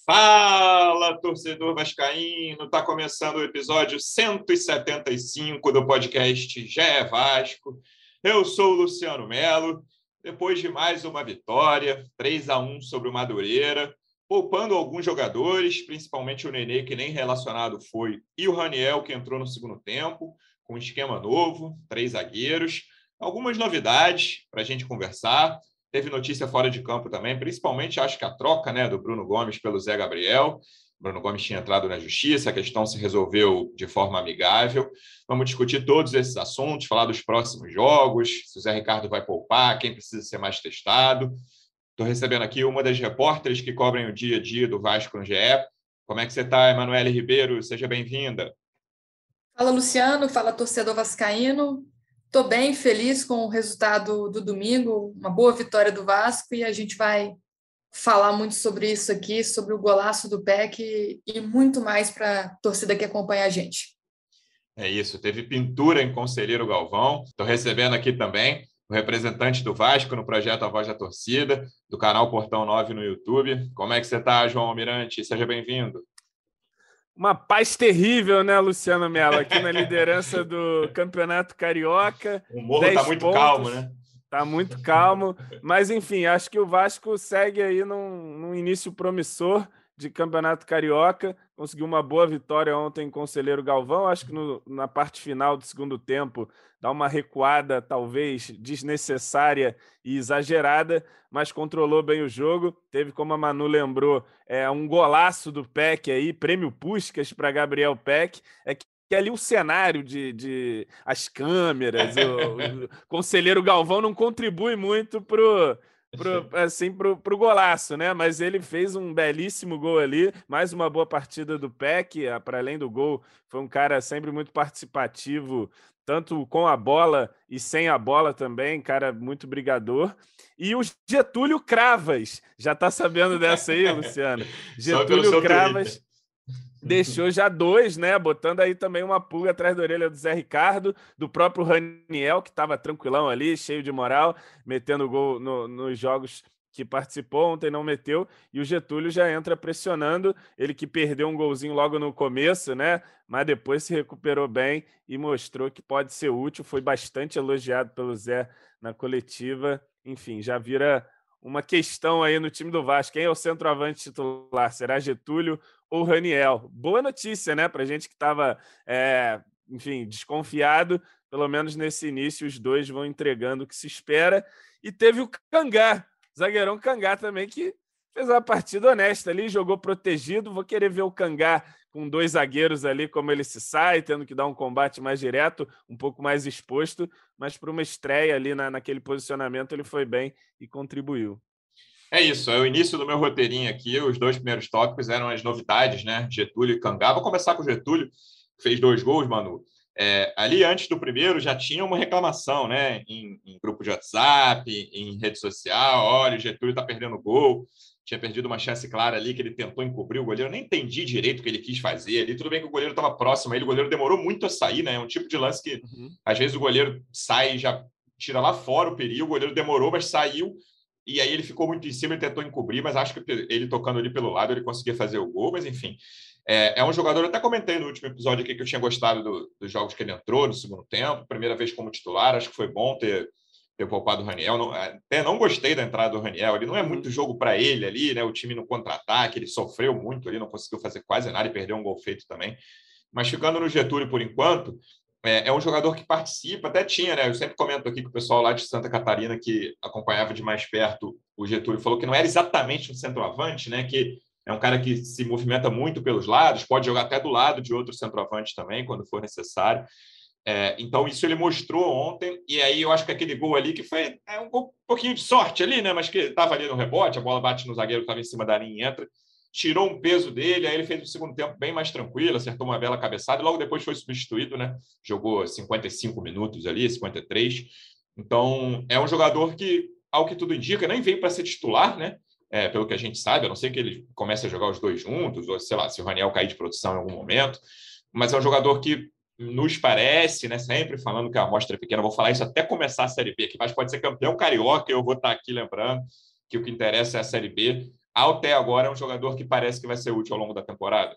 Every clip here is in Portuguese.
Fala, torcedor vascaíno! Está começando o episódio 175 do podcast GE Vasco. Eu sou o Luciano Melo. Depois de mais uma vitória, 3-1 sobre o Madureira, poupando alguns jogadores, principalmente o Nenê, que nem relacionado foi, e o Raniel, que entrou no segundo tempo, com um esquema novo, 3 zagueiros. Algumas novidades para a gente conversar. Teve notícia fora de campo também, principalmente acho que a troca, né, do Bruno Gomes pelo Zé Gabriel. O Bruno Gomes tinha entrado na justiça, a questão se resolveu de forma amigável. Vamos discutir todos esses assuntos, falar dos próximos jogos, se o Zé Ricardo vai poupar, quem precisa ser mais testado. Estou recebendo aqui uma das repórteres que cobrem o dia a dia do Vasco no GE. Como é que você está, Emanuele Ribeiro? Seja bem-vinda. Fala, Luciano. Fala, torcedor vascaíno. Estou bem feliz com o resultado do domingo, uma boa vitória do Vasco, e a gente vai falar muito sobre isso aqui, sobre o golaço do PEC e muito mais para a torcida que acompanha a gente. É isso, teve pintura em Conselheiro Galvão. Estou recebendo aqui também o representante do Vasco no projeto A Voz da Torcida, do canal Portão 9 no YouTube. Como é que você está, João Almirante? Seja bem-vindo. Uma paz terrível, né, Luciano Melo? Aqui na liderança do Campeonato Carioca. O morro está muito pontos, calmo, né? Está muito calmo. Mas, enfim, acho que o Vasco segue aí num início promissor de Campeonato Carioca. Conseguiu uma boa vitória ontem em Conselheiro Galvão. Acho que na parte final do segundo tempo dá uma recuada, talvez desnecessária e exagerada, mas controlou bem o jogo. Teve, como a Manu lembrou, um golaço do Peck aí, prêmio Puskás para Gabriel Peck. Que ali o cenário as câmeras, o Conselheiro Galvão não contribui muito pro golaço, né? Mas ele fez um belíssimo gol ali, mais uma boa partida do Peck, para além do gol, foi um cara sempre muito participativo, tanto com a bola e sem a bola também, cara muito brigador. E o Getúlio Cravas, já tá sabendo dessa aí, Luciano? Getúlio Cravas deixou já 2, né? Botando aí também uma pulga atrás da orelha do Zé Ricardo, do próprio Raniel, que estava tranquilão ali, cheio de moral, metendo gol nos jogos que participou, ontem não meteu, e o Getúlio já entra pressionando, ele que perdeu um golzinho logo no começo, né? Mas depois se recuperou bem e mostrou que pode ser útil, foi bastante elogiado pelo Zé na coletiva, enfim, já vira uma questão aí no time do Vasco. Quem é o centroavante titular? Será Getúlio ou Raniel? Boa notícia, né? Para a gente que estava, enfim, desconfiado. Pelo menos nesse início, os dois vão entregando o que se espera. E teve o Cangá, zagueirão Cangá também, que fez uma partida honesta ali, jogou protegido. Vou querer ver o Cangá com 2 zagueiros ali, como ele se sai, tendo que dar um combate mais direto, um pouco mais exposto, mas para uma estreia ali naquele posicionamento ele foi bem e contribuiu. É isso, é o início do meu roteirinho aqui. Os 2 primeiros tópicos eram as novidades, né? Getúlio e Cangá. Vou começar com o Getúlio, que fez 2 gols, Manu. Ali, antes do primeiro, já tinha uma reclamação, né? Em grupo de WhatsApp, em rede social. Olha, o Getúlio está perdendo gol. Tinha perdido uma chance clara ali, que ele tentou encobrir o goleiro. Eu nem entendi direito o que ele quis fazer ali. Tudo bem que o goleiro estava próximo a ele. O goleiro demorou muito a sair, né? É um tipo de lance que, às vezes, o goleiro sai e já tira lá fora o perigo. O goleiro demorou, mas saiu. E aí ele ficou muito em cima e tentou encobrir, mas acho que ele tocando ali pelo lado, ele conseguia fazer o gol. Mas, enfim, é um jogador, eu até comentei no último episódio aqui que eu tinha gostado dos jogos que ele entrou no segundo tempo. Primeira vez como titular, acho que foi bom ter poupado o Raniel. Até não gostei da entrada do Raniel. Ele não é muito jogo para ele ali, né? O time no contra-ataque, ele sofreu muito ali, não conseguiu fazer quase nada e perdeu um gol feito também. Mas ficando no Getúlio por enquanto, é um jogador que participa, até tinha, né? Eu sempre comento aqui que o pessoal lá de Santa Catarina, que acompanhava de mais perto o Getúlio, falou que não era exatamente um centroavante, né? Que é um cara que se movimenta muito pelos lados, pode jogar até do lado de outro centroavante também, quando for necessário. Então, isso ele mostrou ontem, e aí eu acho que aquele gol ali, que foi um gol, um pouquinho de sorte ali, né? Mas que estava ali no rebote, a bola bate no zagueiro, estava em cima da linha e entra, tirou um peso dele, aí ele fez o segundo tempo bem mais tranquilo, acertou uma bela cabeçada, e logo depois foi substituído, né? Jogou 55 minutos ali, 53. Então, é um jogador que, ao que tudo indica, nem veio para ser titular, né? Pelo que a gente sabe, a não ser que ele comece a jogar os 2 juntos, ou sei lá, se o Raniel cair de produção em algum momento, mas é um jogador que nos parece, né, sempre falando que a amostra é pequena, vou falar isso até começar a Série B, que mais pode ser campeão carioca, eu vou estar aqui lembrando que o que interessa é a Série B, até agora, é um jogador que parece que vai ser útil ao longo da temporada?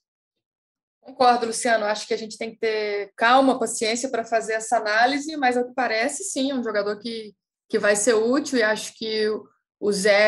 Concordo, Luciano. Acho que a gente tem que ter calma, paciência para fazer essa análise, mas ao que parece, sim, é um jogador que vai ser útil, e acho que o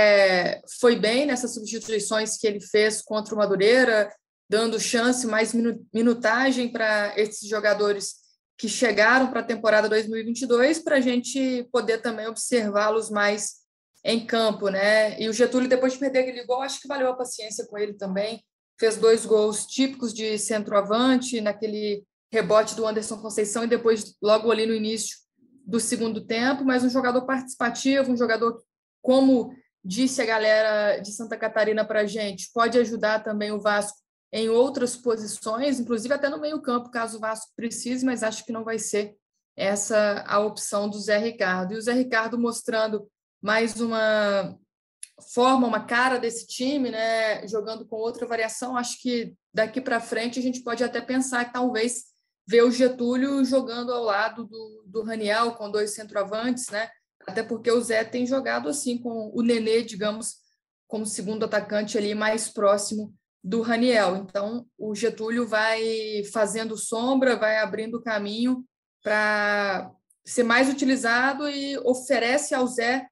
Zé foi bem nessas substituições que ele fez contra o Madureira, dando chance, mais minutagem para esses jogadores que chegaram para a temporada 2022, para a gente poder também observá-los mais em campo, né? E o Getúlio, depois de perder aquele gol, acho que valeu a paciência com ele também. Fez 2 gols típicos de centroavante, naquele rebote do Anderson Conceição e depois, logo ali no início do segundo tempo, mas um jogador participativo, um jogador, como disse a galera de Santa Catarina para a gente, pode ajudar também o Vasco em outras posições, inclusive até no meio-campo, caso o Vasco precise, mas acho que não vai ser essa a opção do Zé Ricardo. E o Zé Ricardo mostrando mais uma forma, uma cara desse time, né, jogando com outra variação. Acho que daqui para frente a gente pode até pensar que talvez ver o Getúlio jogando ao lado do Raniel, com 2 centroavantes, né? Até porque o Zé tem jogado assim com o Nenê, digamos, como segundo atacante ali mais próximo do Raniel. Então, o Getúlio vai fazendo sombra, vai abrindo caminho para ser mais utilizado e oferece ao Zé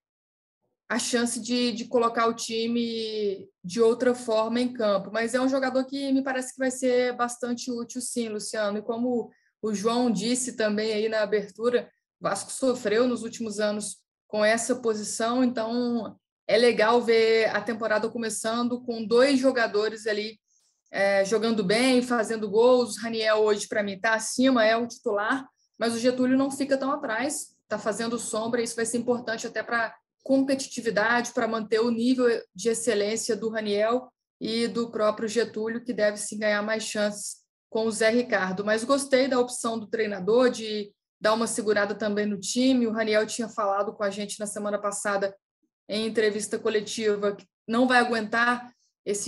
a chance de colocar o time de outra forma em campo. Mas é um jogador que me parece que vai ser bastante útil, sim, Luciano. E como o João disse também aí na abertura, o Vasco sofreu nos últimos anos com essa posição, então é legal ver a temporada começando com 2 jogadores ali jogando bem, fazendo gols. Raniel hoje, para mim, está acima, é o titular, mas o Getúlio não fica tão atrás, está fazendo sombra, e isso vai ser importante até para competitividade, para manter o nível de excelência do Raniel e do próprio Getúlio, que deve sim ganhar mais chances com o Zé Ricardo. Mas gostei da opção do treinador de dar uma segurada também no time. O Raniel tinha falado com a gente na semana passada, em entrevista coletiva, que não vai aguentar esse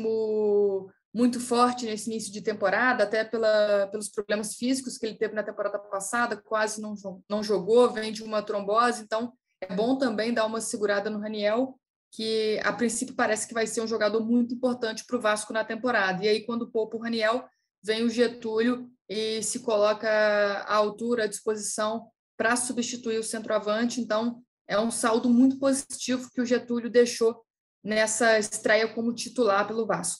ritmo muito forte nesse início de temporada, até pelos problemas físicos que ele teve na temporada passada, quase não jogou, vem de uma trombose, então é bom também dar uma segurada no Raniel, que a princípio parece que vai ser um jogador muito importante para o Vasco na temporada. E aí, quando poupa o Raniel, vem o Getúlio e se coloca à altura, à disposição para substituir o centroavante. Então, é um saldo muito positivo que o Getúlio deixou nessa estreia como titular pelo Vasco.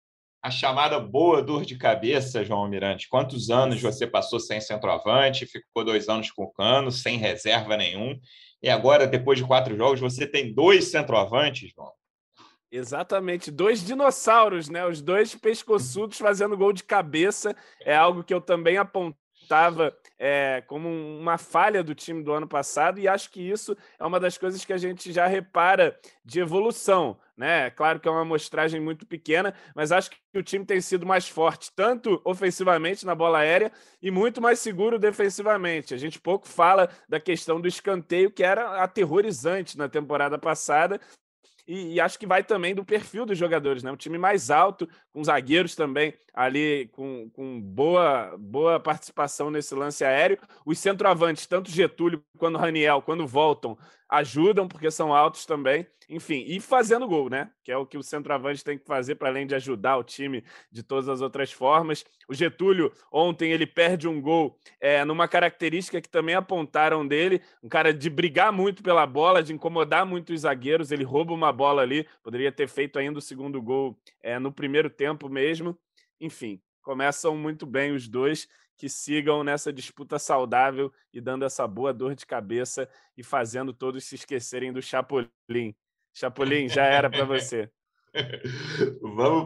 A chamada boa dor de cabeça, João Almirante. Quantos anos você passou sem centroavante, ficou 2 anos com o Cano, sem reserva nenhum, e agora, depois de 4 jogos, você tem 2 centroavantes, João? Exatamente, 2 dinossauros, né? Os 2 pescoçudos fazendo gol de cabeça. É algo que eu também apontava como uma falha do time do ano passado, e acho que isso é uma das coisas que a gente já repara de evolução, né? Claro que é uma amostragem muito pequena, mas acho que o time tem sido mais forte, tanto ofensivamente na bola aérea e muito mais seguro defensivamente. A gente pouco fala da questão do escanteio, que era aterrorizante na temporada passada. E acho que vai também do perfil dos jogadores, né? Um time mais alto, com zagueiros também ali com boa participação nesse lance aéreo. Os centroavantes, tanto Getúlio quanto Raniel, quando voltam, ajudam, porque são altos também. Enfim, e fazendo gol, né? Que é o que o centroavante tem que fazer, para além de ajudar o time de todas as outras formas. O Getúlio, ontem, ele perde um gol numa característica que também apontaram dele, um cara de brigar muito pela bola, de incomodar muito os zagueiros. Ele rouba uma bola ali, poderia ter feito ainda o segundo gol no primeiro tempo mesmo. Enfim, começam muito bem os dois, que sigam nessa disputa saudável e dando essa boa dor de cabeça e fazendo todos se esquecerem do Chapolin. Chapolin, já era para você. Vamos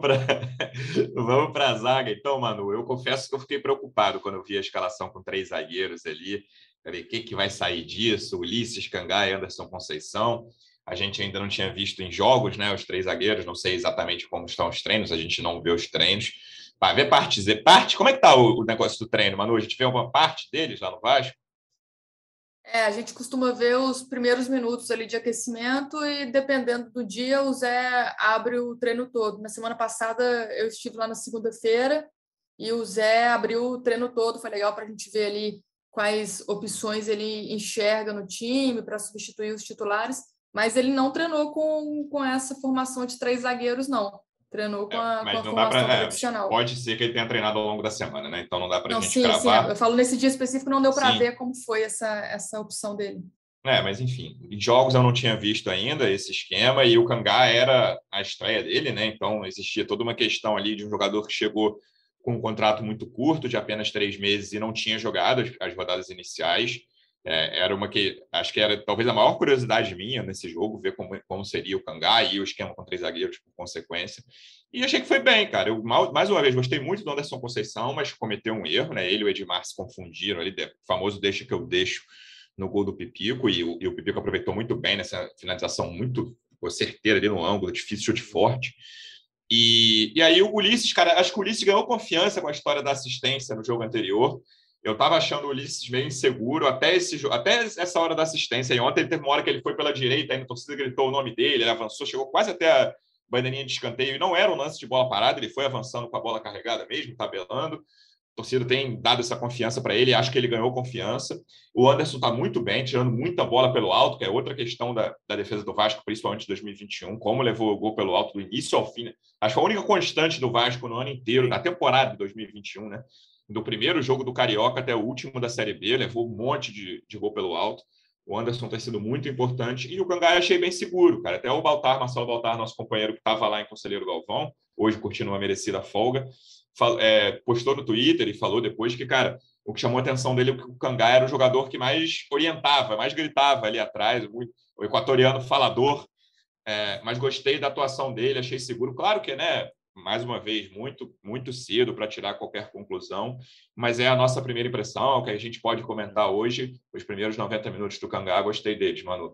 para a zaga, então, Manu. Eu confesso que eu fiquei preocupado quando eu vi a escalação com 3 zagueiros ali. Falei, o que vai sair disso? Ulisses, Cangá e Anderson Conceição. A gente ainda não tinha visto em jogos, né, os 3 zagueiros. Não sei exatamente como estão os treinos, a gente não vê os treinos. Vai ver parte. Como é que está o negócio do treino, Manu? A gente vê alguma parte deles lá no Vasco? A gente costuma ver os primeiros minutos ali de aquecimento e, dependendo do dia, o Zé abre o treino todo. Na semana passada, eu estive lá na segunda-feira e o Zé abriu o treino todo. Foi legal para a gente ver ali quais opções ele enxerga no time para substituir os titulares. mas ele não treinou com essa formação de 3 zagueiros, não. Treinou com a formação tradicional. Pode ser que ele tenha treinado ao longo da semana, né? Então não dá para a gente sim, cravar. Sim, eu falo nesse dia específico, não deu para ver como foi essa opção dele. Mas enfim, em jogos eu não tinha visto ainda esse esquema, e o Kangá era a estreia dele, né? Então existia toda uma questão ali de um jogador que chegou com um contrato muito curto, de apenas 3 meses, e não tinha jogado as rodadas iniciais. Era uma que acho que era talvez a maior curiosidade minha nesse jogo, ver como seria o Kangá e o esquema com 3 zagueiros por consequência. E achei que foi bem, cara. Eu, mais uma vez, gostei muito do Anderson Conceição, mas cometeu um erro, né? Ele e o Edmar se confundiram ali, o famoso deixa que eu deixo no gol do Pipico, e o Pipico aproveitou muito bem nessa finalização muito certeira ali no ângulo, difícil, chute forte. E aí o Ulisses, cara, acho que o Ulisses ganhou confiança com a história da assistência no jogo anterior. Eu estava achando o Ulisses meio inseguro até essa hora da assistência. E ontem teve uma hora que ele foi pela direita, aí a torcida gritou o nome dele, ele avançou, chegou quase até a bandeirinha de escanteio, e não era um lance de bola parada, ele foi avançando com a bola carregada mesmo, tabelando. A torcida tem dado essa confiança para ele, acho que ele ganhou confiança. O Anderson está muito bem, tirando muita bola pelo alto, que é outra questão da defesa do Vasco, principalmente em 2021, como levou o gol pelo alto do início ao fim. Né? Acho que a única constante do Vasco no ano inteiro, da temporada de 2021, né? Do primeiro jogo do Carioca até o último da Série B, levou um monte de gol pelo alto. O Anderson tem sido muito importante, e o Kangá eu achei bem seguro, cara. Até o Marcelo Baltar, nosso companheiro que estava lá em Conselheiro Galvão, hoje curtindo uma merecida folga, postou no Twitter e falou depois que, cara, o que chamou a atenção dele é que o Kangá era o jogador que mais orientava, mais gritava ali atrás, o equatoriano falador, mas gostei da atuação dele, achei seguro. Claro que, né, mais uma vez, muito, muito cedo para tirar qualquer conclusão, mas é a nossa primeira impressão, que a gente pode comentar hoje. Os primeiros 90 minutos do Kangá, gostei deles, Manu.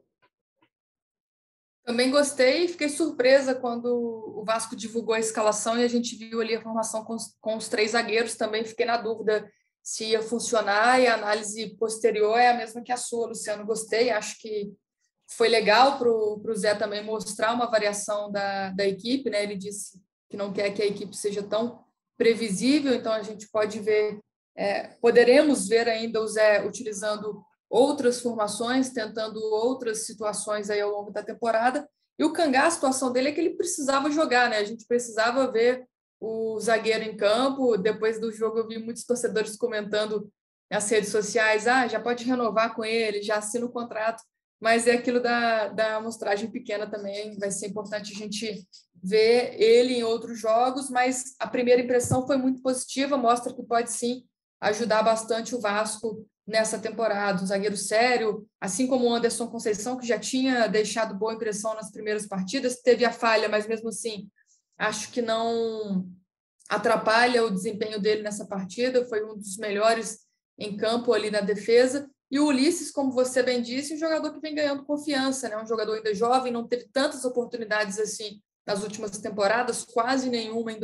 Também gostei e fiquei surpresa quando o Vasco divulgou a escalação e a gente viu ali a formação com os 3 zagueiros. Também fiquei na dúvida se ia funcionar, e a análise posterior é a mesma que a sua, Luciano. Gostei, acho que foi legal para o Zé também mostrar uma variação da equipe, né? Ele disse que não quer que a equipe seja tão previsível, então a gente pode ver, poderemos ver ainda o Zé utilizando outras formações, tentando outras situações aí ao longo da temporada. E o Kangá, a situação dele é que ele precisava jogar, né? A gente precisava ver o zagueiro em campo. Depois do jogo eu vi muitos torcedores comentando nas redes sociais, já pode renovar com ele, já assina o contrato, mas é aquilo da amostragem pequena também. Vai ser importante a gente ver ele em outros jogos, mas a primeira impressão foi muito positiva, mostra que pode sim ajudar bastante o Vasco nessa temporada. Um zagueiro sério, assim como o Anderson Conceição, que já tinha deixado boa impressão nas primeiras partidas, teve a falha, mas mesmo assim acho que não atrapalha o desempenho dele nessa partida, foi um dos melhores em campo ali na defesa. E o Ulisses, como você bem disse, um jogador que vem ganhando confiança, né? Um jogador ainda jovem, não teve tantas oportunidades assim nas últimas temporadas, quase nenhuma em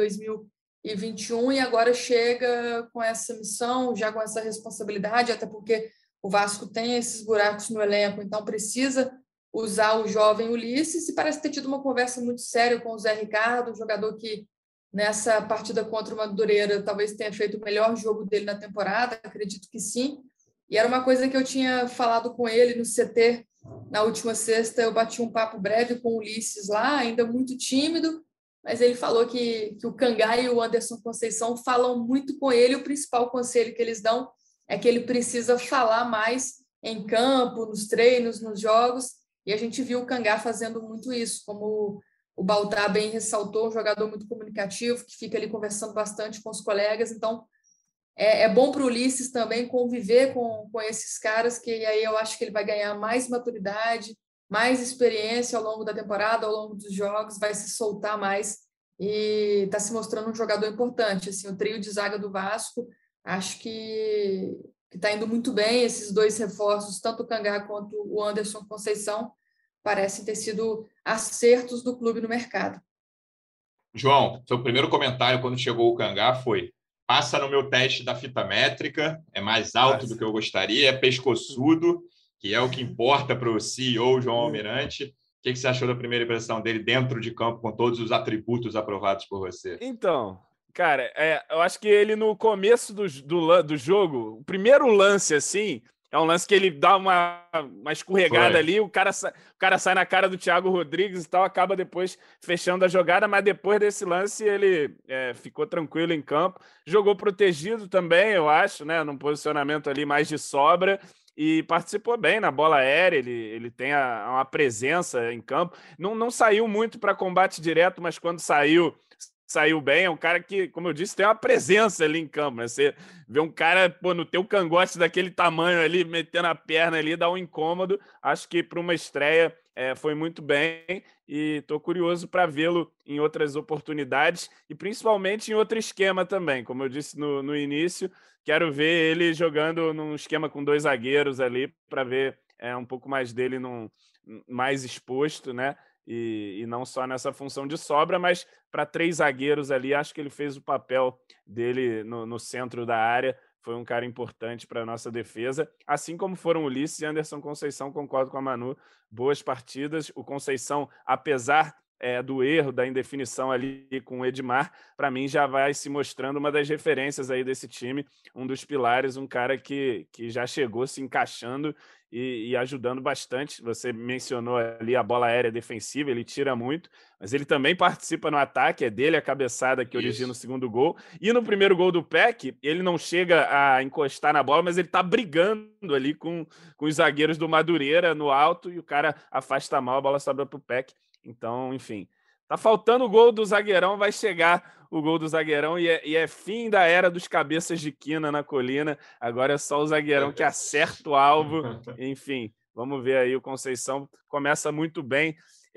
2021, e agora chega com essa missão, já com essa responsabilidade, até porque o Vasco tem esses buracos no elenco, então precisa usar o jovem Ulisses, e parece ter tido uma conversa muito séria com o Zé Ricardo, um jogador que nessa partida contra o Madureira talvez tenha feito o melhor jogo dele na temporada, acredito que sim, e era uma coisa que eu tinha falado com ele no CT na última sexta. Eu bati um papo breve com o Ulisses lá, ainda muito tímido, mas ele falou que o Kangá e o Anderson Conceição falam muito com ele. O principal conselho que eles dão é que ele precisa falar mais em campo, nos treinos, nos jogos, e a gente viu o Kangá fazendo muito isso, como o Baltar bem ressaltou, um jogador muito comunicativo, que fica ali conversando bastante com os colegas. Então é bom para o Ulisses também conviver com esses caras, que aí eu acho que ele vai ganhar mais maturidade, mais experiência ao longo da temporada, ao longo dos jogos, vai se soltar mais e está se mostrando um jogador importante. Assim, o trio de zaga do Vasco, acho que está indo muito bem. Esses 2 reforços, tanto o Kangá quanto o Anderson Conceição, parecem ter sido acertos do clube no mercado. João, seu primeiro comentário quando chegou o Kangá foi: passa no meu teste da fita métrica, é mais alto do que eu gostaria, é pescoçudo, que é o que importa para o CEO João Almirante. O que você achou da primeira impressão dele dentro de campo, com todos os atributos aprovados por você? Então, cara, eu acho que ele no começo do jogo, o primeiro lance, assim, É um lance que ele dá uma escorregada ali, o cara sai na cara do Thiago Rodrigues e tal, acaba depois fechando a jogada, mas depois desse lance ele ficou tranquilo em campo, jogou protegido também, eu acho, né, num posicionamento ali mais de sobra, e participou bem na bola aérea, ele tem uma presença em campo, não saiu muito para combate direto, mas quando saiu bem, é um cara que, como eu disse, tem uma presença ali em campo, né? Você vê um cara, no teu cangote daquele tamanho ali, metendo a perna ali, dá um incômodo. Acho que para uma estreia foi muito bem e estou curioso para vê-lo em outras oportunidades e principalmente em outro esquema também. Como eu disse no início, quero ver ele jogando num esquema com 2 zagueiros ali para ver um pouco mais dele mais exposto, né? E não só nessa função de sobra, mas para 3 zagueiros ali, acho que ele fez o papel dele no centro da área, foi um cara importante para a nossa defesa, assim como foram Ulisses e Anderson Conceição, concordo com a Manu, boas partidas, o Conceição, apesar do erro, da indefinição ali com o Edmar, para mim já vai se mostrando uma das referências aí desse time, um dos pilares, um cara que já chegou se encaixando e ajudando bastante. Você mencionou ali a bola aérea defensiva, ele tira muito, mas ele também participa no ataque, é dele a cabeçada que origina o segundo gol. E no primeiro gol do Peck, ele não chega a encostar na bola, mas ele está brigando ali com os zagueiros do Madureira no alto e o cara afasta mal, a bola sobra para o Peck. Então, enfim, tá faltando o gol do zagueirão, vai chegar o gol do zagueirão e é fim da era dos cabeças de quina na colina. Agora é só o zagueirão que acerta o alvo. Enfim, vamos ver aí, o Conceição começa muito bem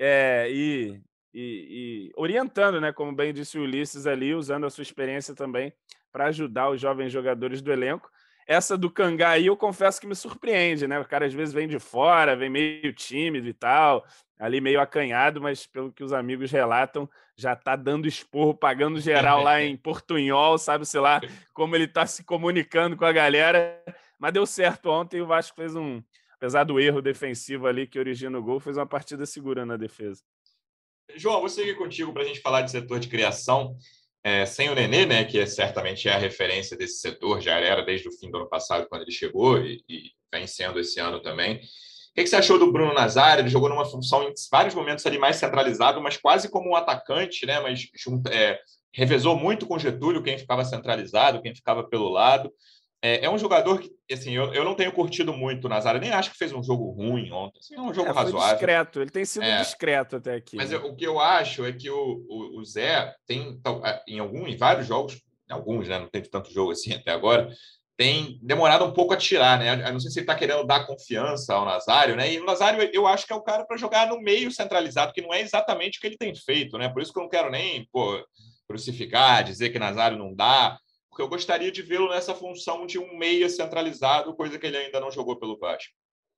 e orientando, né? Como bem disse o Ulisses ali, usando a sua experiência também para ajudar os jovens jogadores do elenco. Essa do Kangá aí, eu confesso que me surpreende, né? O cara às vezes vem de fora, vem meio tímido e tal, ali meio acanhado, mas pelo que os amigos relatam, já tá dando esporro, pagando geral lá em Portunhol, sabe, sei lá, como ele tá se comunicando com a galera. Mas deu certo ontem, o Vasco fez apesar do erro defensivo ali que origina o gol, fez uma partida segura na defesa. João, vou seguir contigo para a gente falar de setor de criação. Sem o Nenê, né, que certamente é a referência desse setor, já era desde o fim do ano passado, quando ele chegou, e vem sendo esse ano também. O que você achou do Bruno Nazário? Ele jogou numa função em vários momentos ali mais centralizado, mas quase como um atacante, né? Mas revezou muito com o Getúlio, quem ficava centralizado, quem ficava pelo lado. É um jogador que, assim, eu não tenho curtido muito o Nazário, nem acho que fez um jogo ruim ontem. Assim, é um jogo razoável. Foi discreto, ele tem sido discreto até aqui. Mas o que eu acho é que o Zé tem, em vários jogos, alguns, né, não teve tanto jogo assim até agora, tem demorado um pouco a tirar, né? Eu não sei se ele está querendo dar confiança ao Nazário, né? E o Nazário eu acho que é o cara para jogar no meio centralizado, que não é exatamente o que ele tem feito, né? Por isso que eu não quero nem crucificar, dizer que Nazário não dá, porque eu gostaria de vê-lo nessa função de um meia centralizado, coisa que ele ainda não jogou pelo Vasco.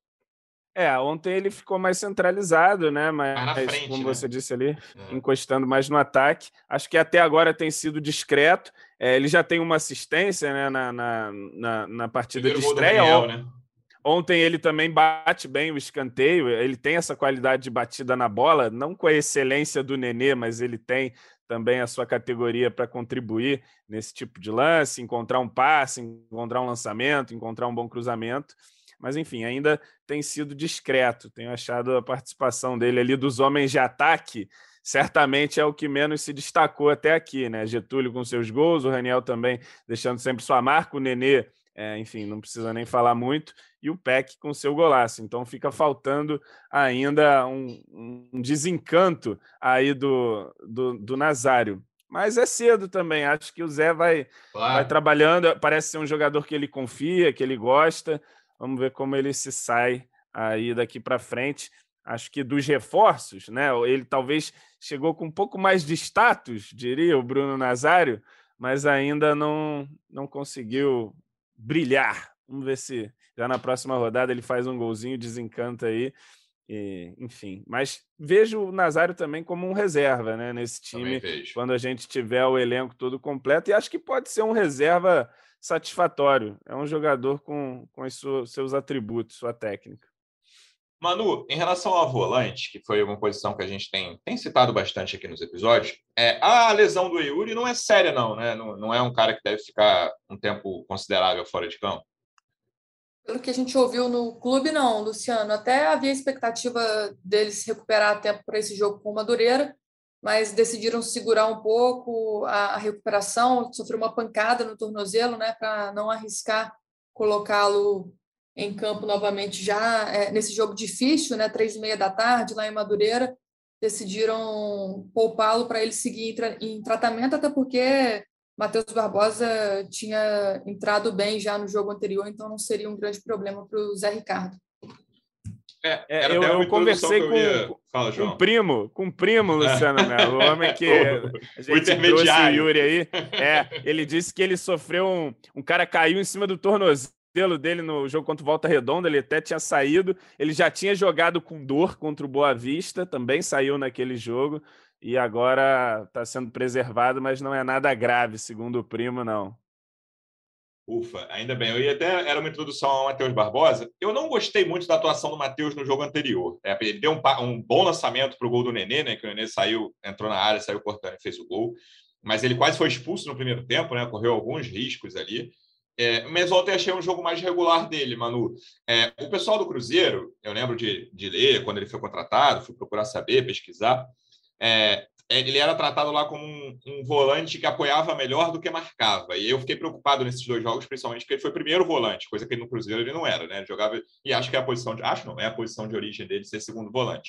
Ontem ele ficou mais centralizado, né? Mas na frente, como né? você disse ali, encostando mais no ataque. Acho que até agora tem sido discreto. Ele já tem uma assistência, né, na partida de estreia. Daniel, né? Ontem ele também bate bem o escanteio. Ele tem essa qualidade de batida na bola, não com a excelência do Nenê, mas ele tem também a sua categoria para contribuir nesse tipo de lance, encontrar um passe, encontrar um lançamento, encontrar um bom cruzamento. Mas, enfim, ainda tem sido discreto. Tenho achado a participação dele ali dos homens de ataque, certamente é o que menos se destacou até aqui, né? Getúlio com seus gols, o Raniel também deixando sempre sua marca, o Nenê, enfim, não precisa nem falar muito, e o Peck com seu golaço. Então fica faltando ainda um desencanto aí do Nazário. Mas é cedo também, acho que o Zé vai trabalhando, parece ser um jogador que ele confia, que ele gosta. Vamos ver como ele se sai aí daqui para frente. Acho que dos reforços, né? Ele talvez chegou com um pouco mais de status, diria o Bruno Nazário, mas ainda não conseguiu brilhar. Vamos ver se já na próxima rodada ele faz um golzinho, desencanta aí. Enfim, mas vejo o Nazário também como um reserva, né, nesse time, quando a gente tiver o elenco todo completo, e acho que pode ser um reserva satisfatório. É um jogador com os seus atributos, sua técnica. Manu, em relação ao volante, que foi uma posição que a gente tem citado bastante aqui nos episódios, a lesão do Yuri não é séria, não, né? Não é um cara que deve ficar um tempo considerável fora de campo. Pelo que a gente ouviu no clube, não, Luciano. Até havia expectativa deles recuperar a tempo para esse jogo com o Madureira, mas decidiram segurar um pouco a recuperação, sofreu uma pancada no tornozelo, né, para não arriscar colocá-lo em campo novamente já nesse jogo difícil, né, 3h30 da tarde, lá em Madureira. Decidiram poupá-lo para ele seguir em tratamento, até porque Matheus Barbosa tinha entrado bem já no jogo anterior, então não seria um grande problema para o Zé Ricardo. Eu conversei com o primo, Luciano Melo, o homem que a gente trouxe o Yuri aí. Ele disse que ele sofreu um cara caiu em cima do tornozelo dele no jogo contra o Volta Redonda, ele até tinha saído, ele já tinha jogado com dor contra o Boa Vista, também saiu naquele jogo, e agora está sendo preservado, mas não é nada grave, segundo o primo, não. Ufa, ainda bem. Era uma introdução ao Matheus Barbosa. Eu não gostei muito da atuação do Matheus no jogo anterior. Ele deu um bom lançamento para o gol do Nenê, né? Que o Nenê entrou na área, saiu cortando e fez o gol. Mas ele quase foi expulso no primeiro tempo, né? Correu alguns riscos ali. Mas ontem achei um jogo mais regular dele, Manu. O pessoal do Cruzeiro, eu lembro de ler quando ele foi contratado, fui procurar saber, pesquisar. Ele era tratado lá como um volante que apoiava melhor do que marcava. E eu fiquei preocupado nesses 2 jogos, principalmente porque ele foi primeiro volante, coisa que no Cruzeiro ele não era, né? Ele jogava, e acho que é a posição é a posição de origem dele ser segundo volante.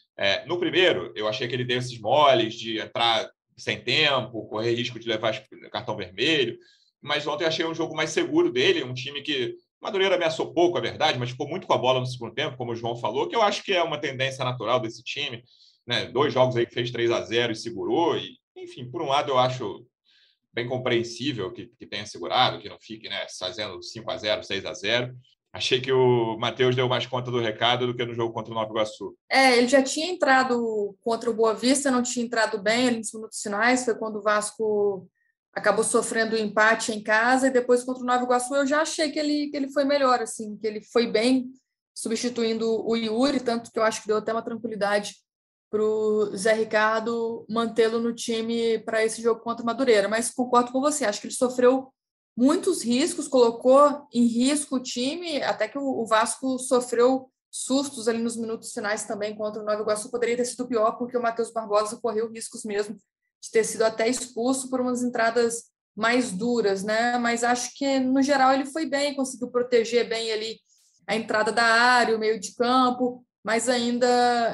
No primeiro, eu achei que ele deu esses moles de entrar sem tempo, correr risco de levar cartão vermelho. Mas ontem eu achei um jogo mais seguro dele, um time que Madureira ameaçou pouco, é verdade, mas ficou muito com a bola no segundo tempo, como o João falou, que eu acho que é uma tendência natural desse time. Né? 2 jogos aí que fez 3-0 e segurou. E, enfim, por um lado eu acho bem compreensível que tenha segurado, que não fique, né, fazendo 5-0, 6-0. Achei que o Matheus deu mais conta do recado do que no jogo contra o Nova Iguaçu. Ele já tinha entrado contra o Boa Vista, não tinha entrado bem ali nos minutos finais, foi quando o Vasco acabou sofrendo o empate em casa, e depois contra o Nova Iguaçu eu já achei que ele foi melhor, assim, que ele foi bem substituindo o Yuri, tanto que eu acho que deu até uma tranquilidade para o Zé Ricardo mantê-lo no time para esse jogo contra o Madureira. Mas concordo com você, acho que ele sofreu muitos riscos, colocou em risco o time, até que o Vasco sofreu sustos ali nos minutos finais também contra o Nova Iguaçu. Poderia ter sido pior, porque o Matheus Barbosa correu riscos mesmo de ter sido até expulso por umas entradas mais duras, né? Mas acho que, no geral, ele foi bem, conseguiu proteger bem ali a entrada da área, o meio de campo, mas ainda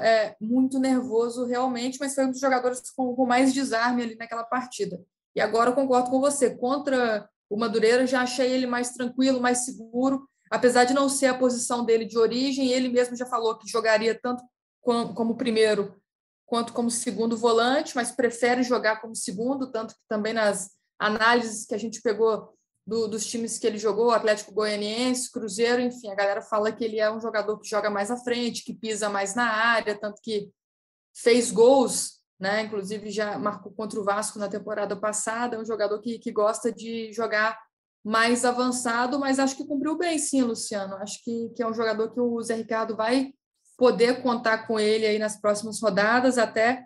muito nervoso realmente, mas foi um dos jogadores com mais desarme ali naquela partida. E agora eu concordo com você, contra o Madureira já achei ele mais tranquilo, mais seguro, apesar de não ser a posição dele de origem, ele mesmo já falou que jogaria tanto como primeiro quanto como segundo volante, mas prefere jogar como segundo, tanto que também nas análises que a gente pegou dos times que ele jogou, Atlético Goianiense, Cruzeiro, enfim, a galera fala que ele é um jogador que joga mais à frente, que pisa mais na área, tanto que fez gols, né? Inclusive já marcou contra o Vasco na temporada passada, é um jogador que gosta de jogar mais avançado, mas acho que cumpriu bem, sim, Luciano. Acho que é um jogador que o Zé Ricardo vai poder contar com ele aí nas próximas rodadas, até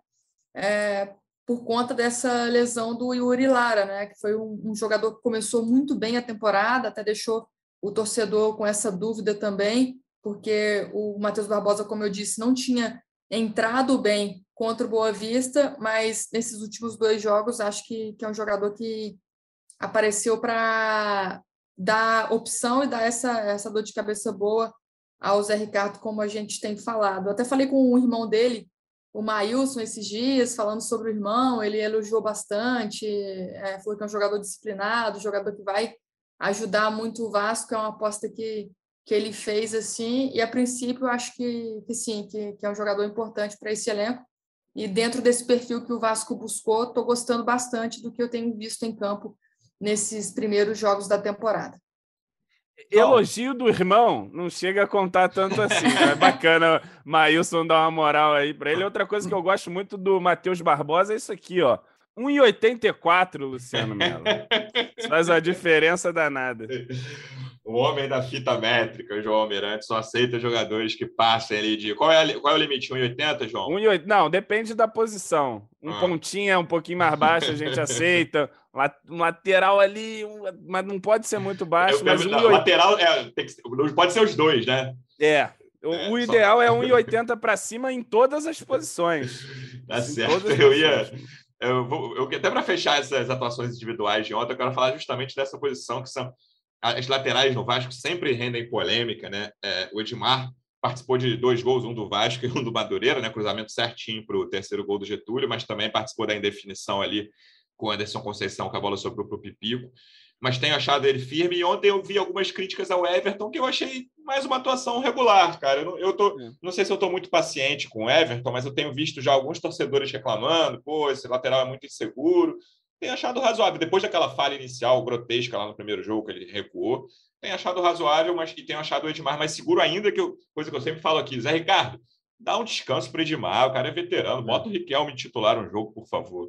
por conta dessa lesão do Yuri Lara, né? Que foi um jogador que começou muito bem a temporada, até deixou o torcedor com essa dúvida também, porque o Matheus Barbosa, como eu disse, não tinha entrado bem contra o Boa Vista, mas nesses últimos 2 jogos acho que é um jogador que apareceu para dar opção e dar essa dor de cabeça boa ao Zé Ricardo, como a gente tem falado. Eu até falei com o irmão dele, o Maílson, esses dias, falando sobre o irmão, ele elogiou bastante, falou que é um jogador disciplinado, jogador que vai ajudar muito o Vasco, é uma aposta que ele fez, assim, e a princípio eu acho que sim, que é um jogador importante para esse elenco, e dentro desse perfil que o Vasco buscou, estou gostando bastante do que eu tenho visto em campo nesses primeiros jogos da temporada. Elogio do irmão não chega a contar tanto assim, né? É bacana o Maílson dar uma moral aí para ele. Outra coisa que eu gosto muito do Matheus Barbosa é isso aqui, ó. 1,84, Luciano Melo. Isso faz uma diferença danada. O homem da fita métrica, João Almirante, só aceita jogadores que passem ali de... Qual é o limite? 1,80, João? 1,80. Não, depende da posição. Pontinha um pouquinho mais baixo a gente aceita. Um lateral ali, mas não pode ser muito baixo. Mas lateral pode ser os dois, né? O ideal é 1,80 para cima em todas as posições. Tá certo. Até para fechar essas atuações individuais de ontem, eu quero falar justamente dessa posição que são as laterais no Vasco sempre rendem polêmica, né? O Edmar participou de 2 gols, um do Vasco e um do Madureira, né? Cruzamento certinho para o terceiro gol do Getúlio, mas também participou da indefinição ali com o Anderson Conceição, que a bola sobrou para o Pipico. Mas tenho achado ele firme. E ontem eu vi algumas críticas ao Everton, que eu achei mais uma atuação regular, cara. Não sei se eu estou muito paciente com o Everton, mas eu tenho visto já alguns torcedores reclamando, esse lateral é muito inseguro. Tenho achado razoável. Depois daquela falha inicial grotesca lá no primeiro jogo, que ele recuou, tenho achado razoável, mas que tenho achado o Edmar mais seguro ainda, coisa que eu sempre falo aqui. Zé Ricardo, dá um descanso para o Edmar, o cara é veterano. Bota o Riquelme titular no jogo, por favor.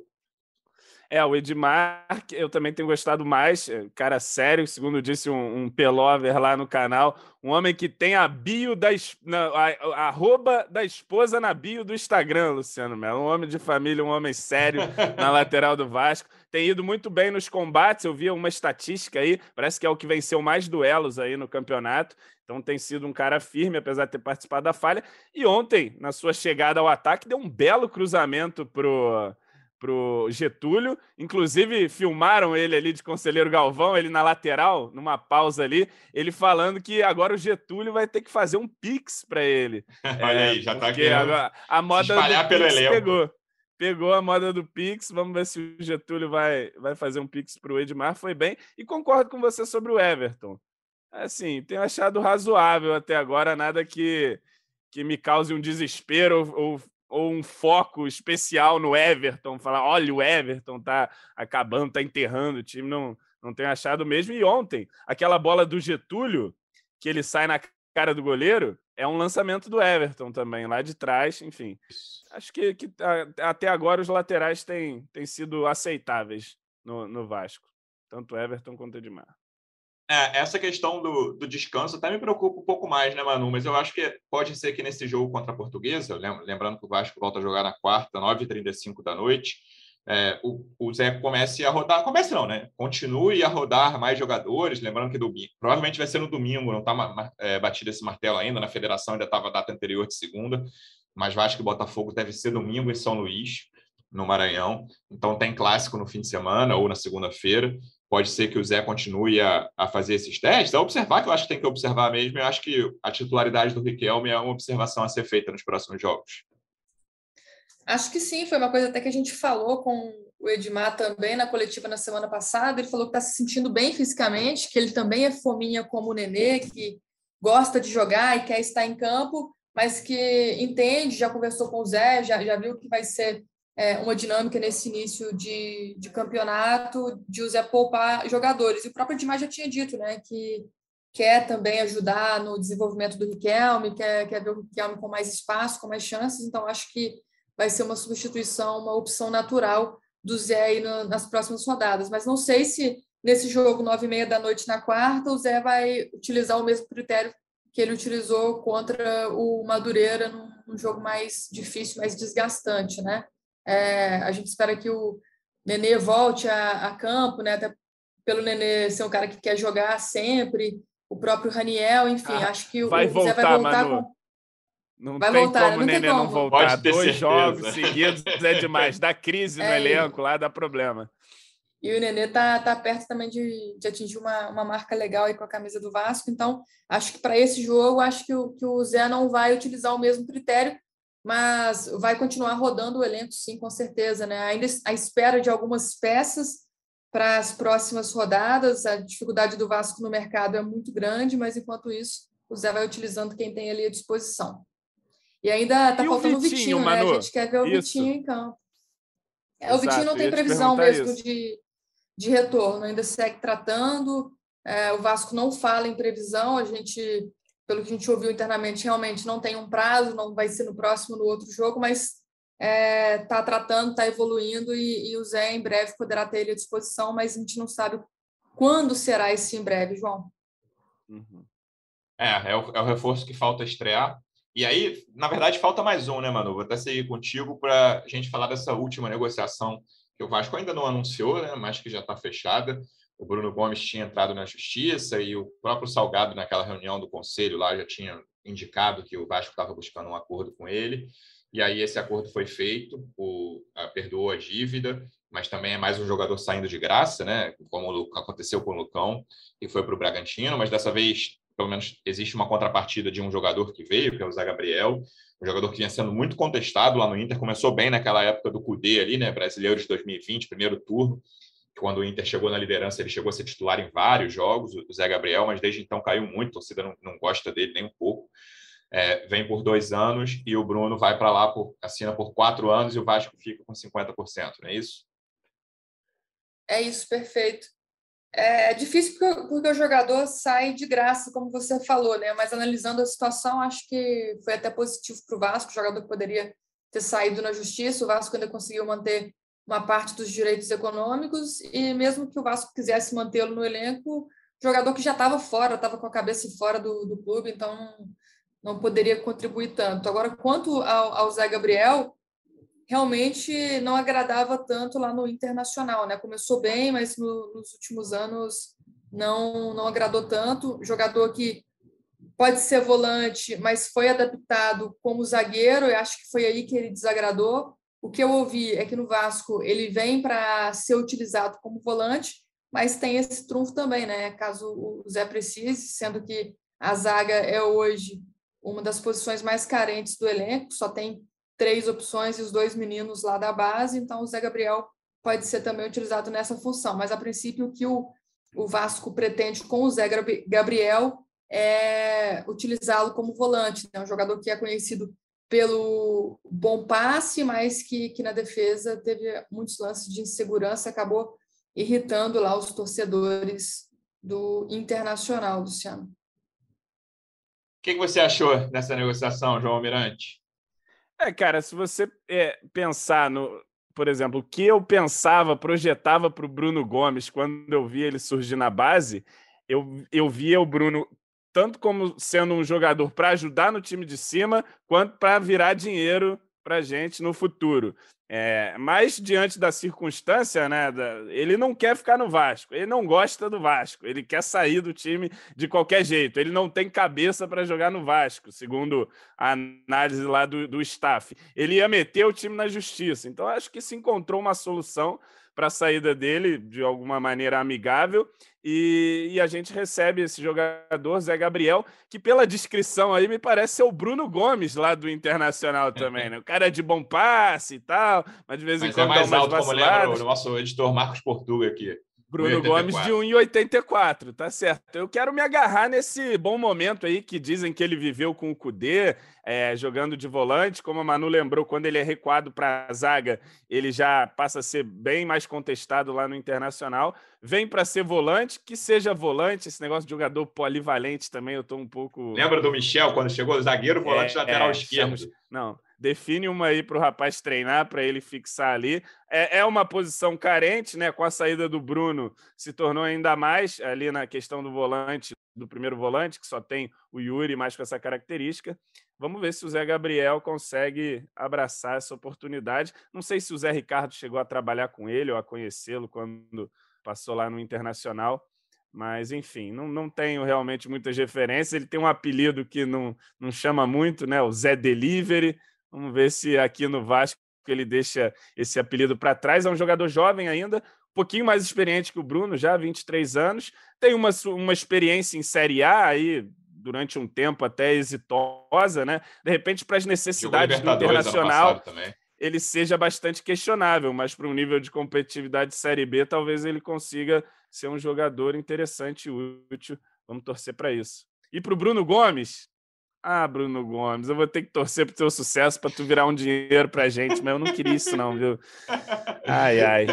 O Edmar, eu também tenho gostado mais, cara sério, segundo disse um Pelover lá no canal, um homem que tem a bio a arroba da esposa na bio do Instagram, Luciano Melo, um homem de família, um homem sério na lateral do Vasco, tem ido muito bem nos combates, eu vi uma estatística aí, parece que é o que venceu mais duelos aí no campeonato, então tem sido um cara firme, apesar de ter participado da falha, e ontem, na sua chegada ao ataque, deu um belo cruzamento pro Getúlio, inclusive filmaram ele ali de Conselheiro Galvão, ele na lateral, numa pausa ali, ele falando que agora o Getúlio vai ter que fazer um Pix para ele. Olha aí, já tá querendo a moda espalhar do pelo Pix elenco. Pegou a moda do Pix, vamos ver se o Getúlio vai fazer um Pix para o Edmar, foi bem, e concordo com você sobre o Everton. Assim, tenho achado razoável até agora, nada que me cause um desespero ou um foco especial no Everton, falar, olha, o Everton tá acabando, tá enterrando o time, não tenho achado mesmo. E ontem, aquela bola do Getúlio, que ele sai na cara do goleiro, é um lançamento do Everton também, lá de trás, enfim. Acho que até agora os laterais têm sido aceitáveis no Vasco, tanto Everton quanto Edmar. Essa questão do descanso até me preocupa um pouco mais, né, Manu? Mas eu acho que pode ser que nesse jogo contra a Portuguesa, lembrando que o Vasco volta a jogar na quarta, 9h35 da noite, o Zé comece a rodar. Comece não, né? Continue a rodar mais jogadores, lembrando que provavelmente vai ser no domingo, não está batido esse martelo ainda, na federação ainda estava a data anterior de segunda, mas Vasco e Botafogo deve ser domingo em São Luís, no Maranhão. Então tem clássico no fim de semana ou na segunda-feira. Pode ser que o Zé continue a fazer esses testes, a observar, que eu acho que tem que observar mesmo. Eu acho que a titularidade do Riquelme é uma observação a ser feita nos próximos jogos. Acho que sim, foi uma coisa até que a gente falou com o Edmar também na coletiva na semana passada. Ele falou que está se sentindo bem fisicamente, que ele também é fominha como o Nenê, que gosta de jogar e quer estar em campo, mas que entende, já conversou com o Zé, já viu que vai ser uma dinâmica nesse início de campeonato, de o Zé poupar jogadores. E o próprio Edmar já tinha dito, né, que quer também ajudar no desenvolvimento do Riquelme, quer ver o Riquelme com mais espaço, com mais chances. Então, acho que vai ser uma substituição, uma opção natural do Zé aí nas próximas rodadas. Mas não sei se nesse jogo, 9h30 da noite na quarta, o Zé vai utilizar o mesmo critério que ele utilizou contra o Madureira num jogo mais difícil, mais desgastante, né? A gente espera que o Nenê volte a campo, né? Até pelo Nenê ser um cara que quer jogar sempre, o próprio Raniel, enfim, acho que o Zé vai voltar, Manu. Não vai tem voltar, como o Nenê não voltar. 2 jogos seguidos é demais. Dá crise no elenco lá, dá problema. E o Nenê tá perto também de atingir uma marca legal aí com a camisa do Vasco. Então, acho que para esse jogo, acho que o Zé não vai utilizar o mesmo critério, mas vai continuar rodando o elenco, sim, com certeza, né? Ainda à espera de algumas peças para as próximas rodadas. A dificuldade do Vasco no mercado é muito grande, mas enquanto isso, o Zé vai utilizando quem tem ali à disposição. E ainda está faltando o Vitinho, né? Manu? A gente quer ver o Vitinho em campo. O Vitinho não tem previsão mesmo de retorno, ainda segue tratando. O Vasco não fala em previsão, pelo que a gente ouviu internamente, realmente não tem um prazo, não vai ser no próximo, no outro jogo, mas está tratando, está evoluindo e o Zé em breve poderá ter ele à disposição, mas a gente não sabe quando será esse em breve, João. Uhum. É o reforço que falta estrear. E aí, na verdade, falta mais um, né, Manu? Vou até seguir contigo para a gente falar dessa última negociação que o Vasco ainda não anunciou, né, mas que já está fechada. O Bruno Gomes tinha entrado na justiça e o próprio Salgado, naquela reunião do conselho lá, já tinha indicado que o Vasco estava buscando um acordo com ele. E aí esse acordo foi feito, perdoou a dívida, mas também é mais um jogador saindo de graça, né? Como aconteceu com o Lucão, e foi para o Bragantino, mas dessa vez, pelo menos, existe uma contrapartida de um jogador que veio, que é o Zé Gabriel, um jogador que vinha sendo muito contestado lá no Inter, começou bem naquela época do Cudê ali, né? Brasileiro de 2020, primeiro turno, quando o Inter chegou na liderança, ele chegou a ser titular em vários jogos, o Zé Gabriel, mas desde então caiu muito, a torcida não gosta dele nem um pouco. Vem por 2 anos e o Bruno vai para lá, assina por 4 anos e o Vasco fica com 50%, não é isso? É isso, perfeito. É difícil porque o jogador sai de graça, como você falou, né? Mas analisando a situação, acho que foi até positivo para o Vasco, o jogador que poderia ter saído na justiça, o Vasco ainda conseguiu manter uma parte dos direitos econômicos e mesmo que o Vasco quisesse mantê-lo no elenco, jogador que já estava fora, estava com a cabeça fora do clube, então não poderia contribuir tanto. Agora, quanto ao Zé Gabriel, realmente não agradava tanto lá no Internacional, né? Começou bem, mas nos últimos anos não agradou tanto. Jogador que pode ser volante, mas foi adaptado como zagueiro, eu acho que foi aí que ele desagradou. O que eu ouvi é que no Vasco ele vem para ser utilizado como volante, mas tem esse trunfo também, né? Caso o Zé precise, sendo que a zaga é hoje uma das posições mais carentes do elenco, só tem 3 opções e os 2 meninos lá da base, então o Zé Gabriel pode ser também utilizado nessa função, mas a princípio o que o Vasco pretende com o Zé Gabriel é utilizá-lo como volante, né? Um jogador que é conhecido pelo bom passe, mas que na defesa teve muitos lances de insegurança, acabou irritando lá os torcedores do Internacional, Luciano. O que você achou dessa negociação, João Almirante? Cara, se você pensar por exemplo, o que eu pensava, projetava para o Bruno Gomes quando eu via ele surgir na base, eu via o Bruno tanto como sendo um jogador para ajudar no time de cima, quanto para virar dinheiro para a gente no futuro. Mas diante da circunstância, né, ele não quer ficar no Vasco, ele não gosta do Vasco, ele quer sair do time de qualquer jeito, ele não tem cabeça para jogar no Vasco, segundo a análise lá do staff. Ele ia meter o time na justiça, então acho que se encontrou uma solução para a saída dele de alguma maneira amigável e a gente recebe esse jogador, Zé Gabriel, que pela descrição aí me parece ser o Bruno Gomes lá do Internacional também, né? O cara é de bom passe e tal, mas de vez em quando dá umas alto, vaciladas. Como lembra o nosso editor Marcos Portuga aqui. Bruno Gomes de 1,84, tá certo. Eu quero me agarrar nesse bom momento aí que dizem que ele viveu com o Cudê, jogando de volante. Como a Manu lembrou, quando ele é recuado para a zaga, ele já passa a ser bem mais contestado lá no Internacional. Vem para ser volante, que seja volante. Esse negócio de jogador polivalente também eu tô um pouco... Lembra do Michel, quando chegou zagueiro, volante lateral esquerdo? Não, define uma aí para o rapaz treinar, para ele fixar ali. É uma posição carente, né? Com a saída do Bruno, se tornou ainda mais ali na questão do volante, do primeiro volante, que só tem o Yuri mais com essa característica. Vamos ver se o Zé Gabriel consegue abraçar essa oportunidade. Não sei se o Zé Ricardo chegou a trabalhar com ele ou a conhecê-lo quando passou lá no Internacional. Mas, enfim, não tenho realmente muitas referências. Ele tem um apelido que não chama muito, né? O Zé Delivery. Vamos ver se aqui no Vasco ele deixa esse apelido para trás. É um jogador jovem ainda, um pouquinho mais experiente que o Bruno, já 23 anos. Tem uma experiência em Série A aí, durante um tempo até exitosa, né? De repente, para as necessidades do Internacional, ele seja bastante questionável, mas para um nível de competitividade de Série B, talvez ele consiga ser um jogador interessante e útil. Vamos torcer para isso. E para o Bruno Gomes? Bruno Gomes, eu vou ter que torcer pro teu sucesso para tu virar um dinheiro pra gente, mas eu não queria isso não, viu? Ai.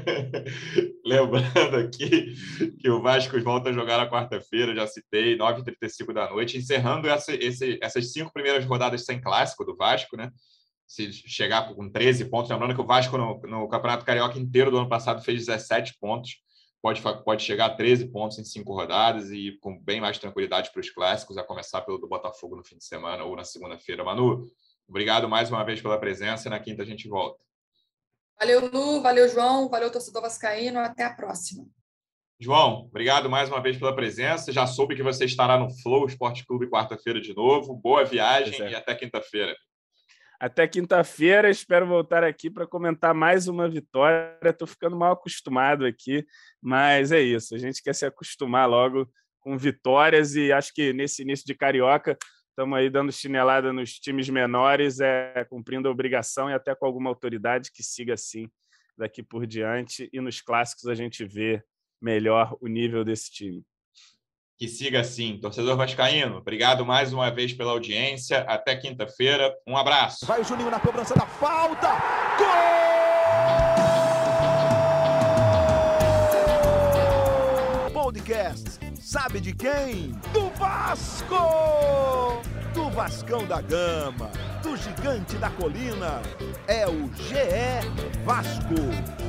Lembrando aqui que o Vasco volta a jogar na quarta-feira, já citei, 9h35 da noite, encerrando essas 5 primeiras rodadas sem clássico do Vasco, né? Se chegar com 13 pontos, lembrando que o Vasco no Campeonato Carioca inteiro do ano passado fez 17 pontos, pode chegar a 13 pontos em 5 rodadas e com bem mais tranquilidade para os clássicos, a começar pelo do Botafogo no fim de semana ou na segunda-feira. Manu, obrigado mais uma vez pela presença. Na quinta a gente volta. Valeu, Lu. Valeu, João. Valeu, torcedor vascaíno. Até a próxima. João, obrigado mais uma vez pela presença. Já soube que você estará no Flow Esporte Clube quarta-feira de novo. Boa viagem e até quinta-feira. Até quinta-feira, espero voltar aqui para comentar mais uma vitória. Estou ficando mal acostumado aqui, mas é isso. A gente quer se acostumar logo com vitórias e acho que nesse início de Carioca estamos aí dando chinelada nos times menores, cumprindo a obrigação e até com alguma autoridade que siga assim daqui por diante. E nos clássicos a gente vê melhor o nível desse time. Que siga assim. Torcedor vascaíno, obrigado mais uma vez pela audiência. Até quinta-feira. Um abraço. Vai o Juninho na cobrança da falta. Gol! Podcast. Sabe de quem? Do Vasco! Do Vascão da Gama. Do Gigante da Colina. É o GE Vasco.